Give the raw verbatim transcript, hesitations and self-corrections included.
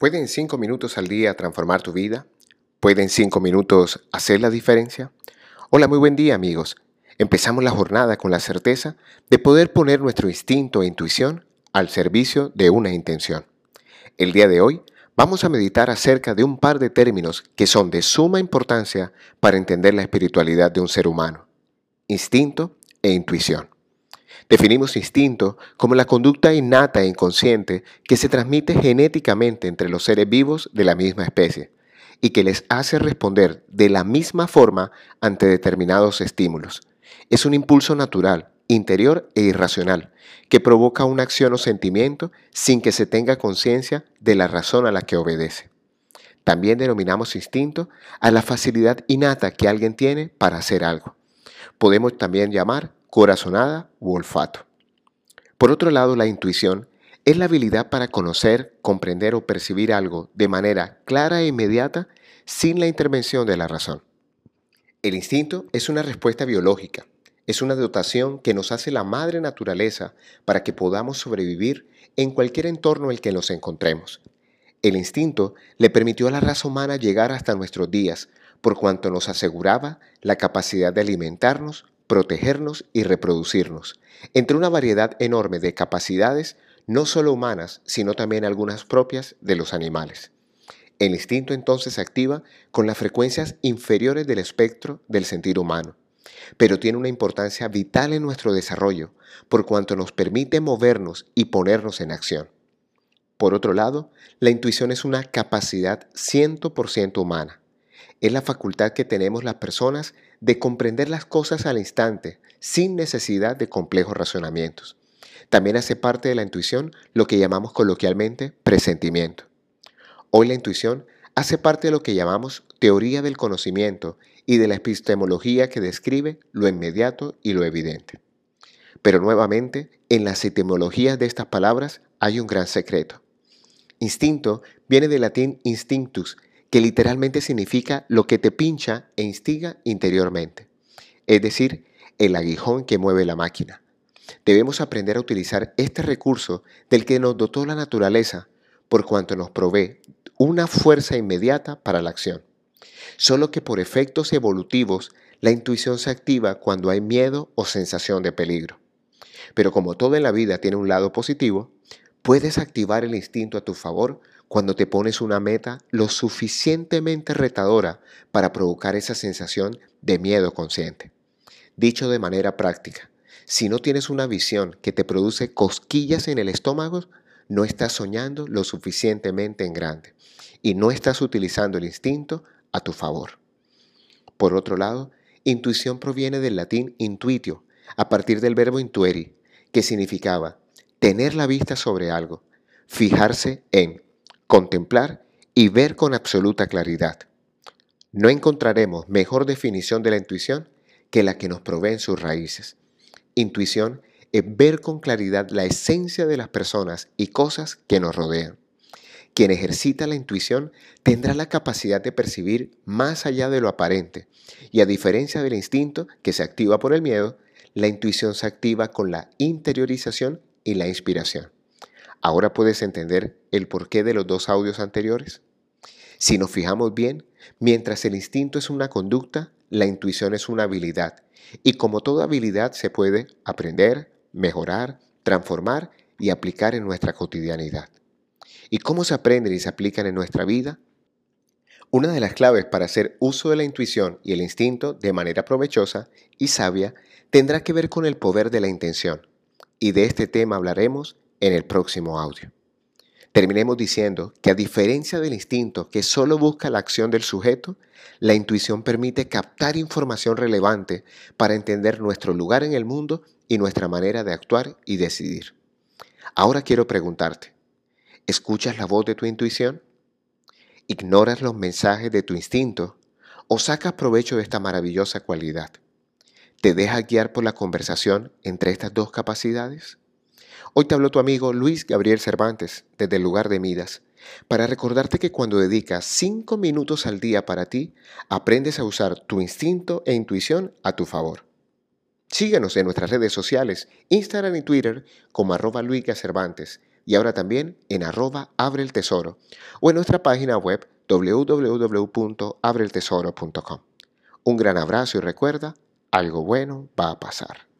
¿Pueden cinco minutos al día transformar tu vida? ¿Pueden cinco minutos hacer la diferencia? Hola, muy buen día amigos. Empezamos la jornada con la certeza de poder poner nuestro instinto e intuición al servicio de una intención. El día de hoy vamos a meditar acerca de un par de términos que son de suma importancia para entender la espiritualidad de un ser humano: instinto e intuición. Definimos instinto como la conducta innata e inconsciente que se transmite genéticamente entre los seres vivos de la misma especie y que les hace responder de la misma forma ante determinados estímulos. Es un impulso natural, interior e irracional que provoca una acción o sentimiento sin que se tenga conciencia de la razón a la que obedece. También denominamos instinto a la facilidad innata que alguien tiene para hacer algo. Podemos también llamar corazonada u olfato. Por otro lado, la intuición es la habilidad para conocer, comprender o percibir algo de manera clara e inmediata sin la intervención de la razón. El instinto es una respuesta biológica, es una dotación que nos hace la madre naturaleza para que podamos sobrevivir en cualquier entorno en el que nos encontremos. El instinto le permitió a la raza humana llegar hasta nuestros días, por cuanto nos aseguraba la capacidad de alimentarnos, protegernos y reproducirnos, entre una variedad enorme de capacidades no solo humanas, sino también algunas propias de los animales. El instinto entonces se activa con las frecuencias inferiores del espectro del sentir humano, pero tiene una importancia vital en nuestro desarrollo, por cuanto nos permite movernos y ponernos en acción. Por otro lado, la intuición es una capacidad cien por ciento humana. Es la facultad que tenemos las personas de comprender las cosas al instante, sin necesidad de complejos razonamientos. También hace parte de la intuición lo que llamamos coloquialmente presentimiento. Hoy la intuición hace parte de lo que llamamos teoría del conocimiento y de la epistemología que describe lo inmediato y lo evidente. Pero nuevamente, en las etimologías de estas palabras hay un gran secreto. Instinto viene del latín instinctus, que literalmente significa lo que te pincha e instiga interiormente, es decir, el aguijón que mueve la máquina. Debemos aprender a utilizar este recurso del que nos dotó la naturaleza, por cuanto nos provee una fuerza inmediata para la acción. Solo que por efectos evolutivos, la intuición se activa cuando hay miedo o sensación de peligro. Pero como todo en la vida tiene un lado positivo, puedes activar el instinto a tu favor cuando te pones una meta lo suficientemente retadora para provocar esa sensación de miedo consciente. Dicho de manera práctica, si no tienes una visión que te produce cosquillas en el estómago, no estás soñando lo suficientemente en grande y no estás utilizando el instinto a tu favor. Por otro lado, intuición proviene del latín intuitio, a partir del verbo intuere, que significaba tener la vista sobre algo, fijarse en, contemplar y ver con absoluta claridad. No encontraremos mejor definición de la intuición que la que nos proveen sus raíces. Intuición es ver con claridad la esencia de las personas y cosas que nos rodean. Quien ejercita la intuición tendrá la capacidad de percibir más allá de lo aparente, y a diferencia del instinto que se activa por el miedo, la intuición se activa con la interiorización y la inspiración. ¿Ahora puedes entender el porqué de los dos audios anteriores? Si nos fijamos bien, mientras el instinto es una conducta, la intuición es una habilidad. Y como toda habilidad se puede aprender, mejorar, transformar y aplicar en nuestra cotidianidad. ¿Y cómo se aprenden y se aplican en nuestra vida? Una de las claves para hacer uso de la intuición y el instinto de manera provechosa y sabia tendrá que ver con el poder de la intención. Y de este tema hablaremos en el próximo audio. Terminemos diciendo que a diferencia del instinto que solo busca la acción del sujeto, la intuición permite captar información relevante para entender nuestro lugar en el mundo y nuestra manera de actuar y decidir. Ahora quiero preguntarte, ¿escuchas la voz de tu intuición? ¿Ignoras los mensajes de tu instinto o sacas provecho de esta maravillosa cualidad? ¿Te dejas guiar por la conversación entre estas dos capacidades? Hoy te habló tu amigo Luis Gabriel Cervantes desde el lugar de Midas para recordarte que cuando dedicas cinco minutos al día para ti, aprendes a usar tu instinto e intuición a tu favor. Síguenos en nuestras redes sociales, Instagram y Twitter como arroba Luis Cervantes, y ahora también en arroba Abre el Tesoro o en nuestra página web w w w punto abre el tesoro punto com. Un gran abrazo y recuerda, algo bueno va a pasar.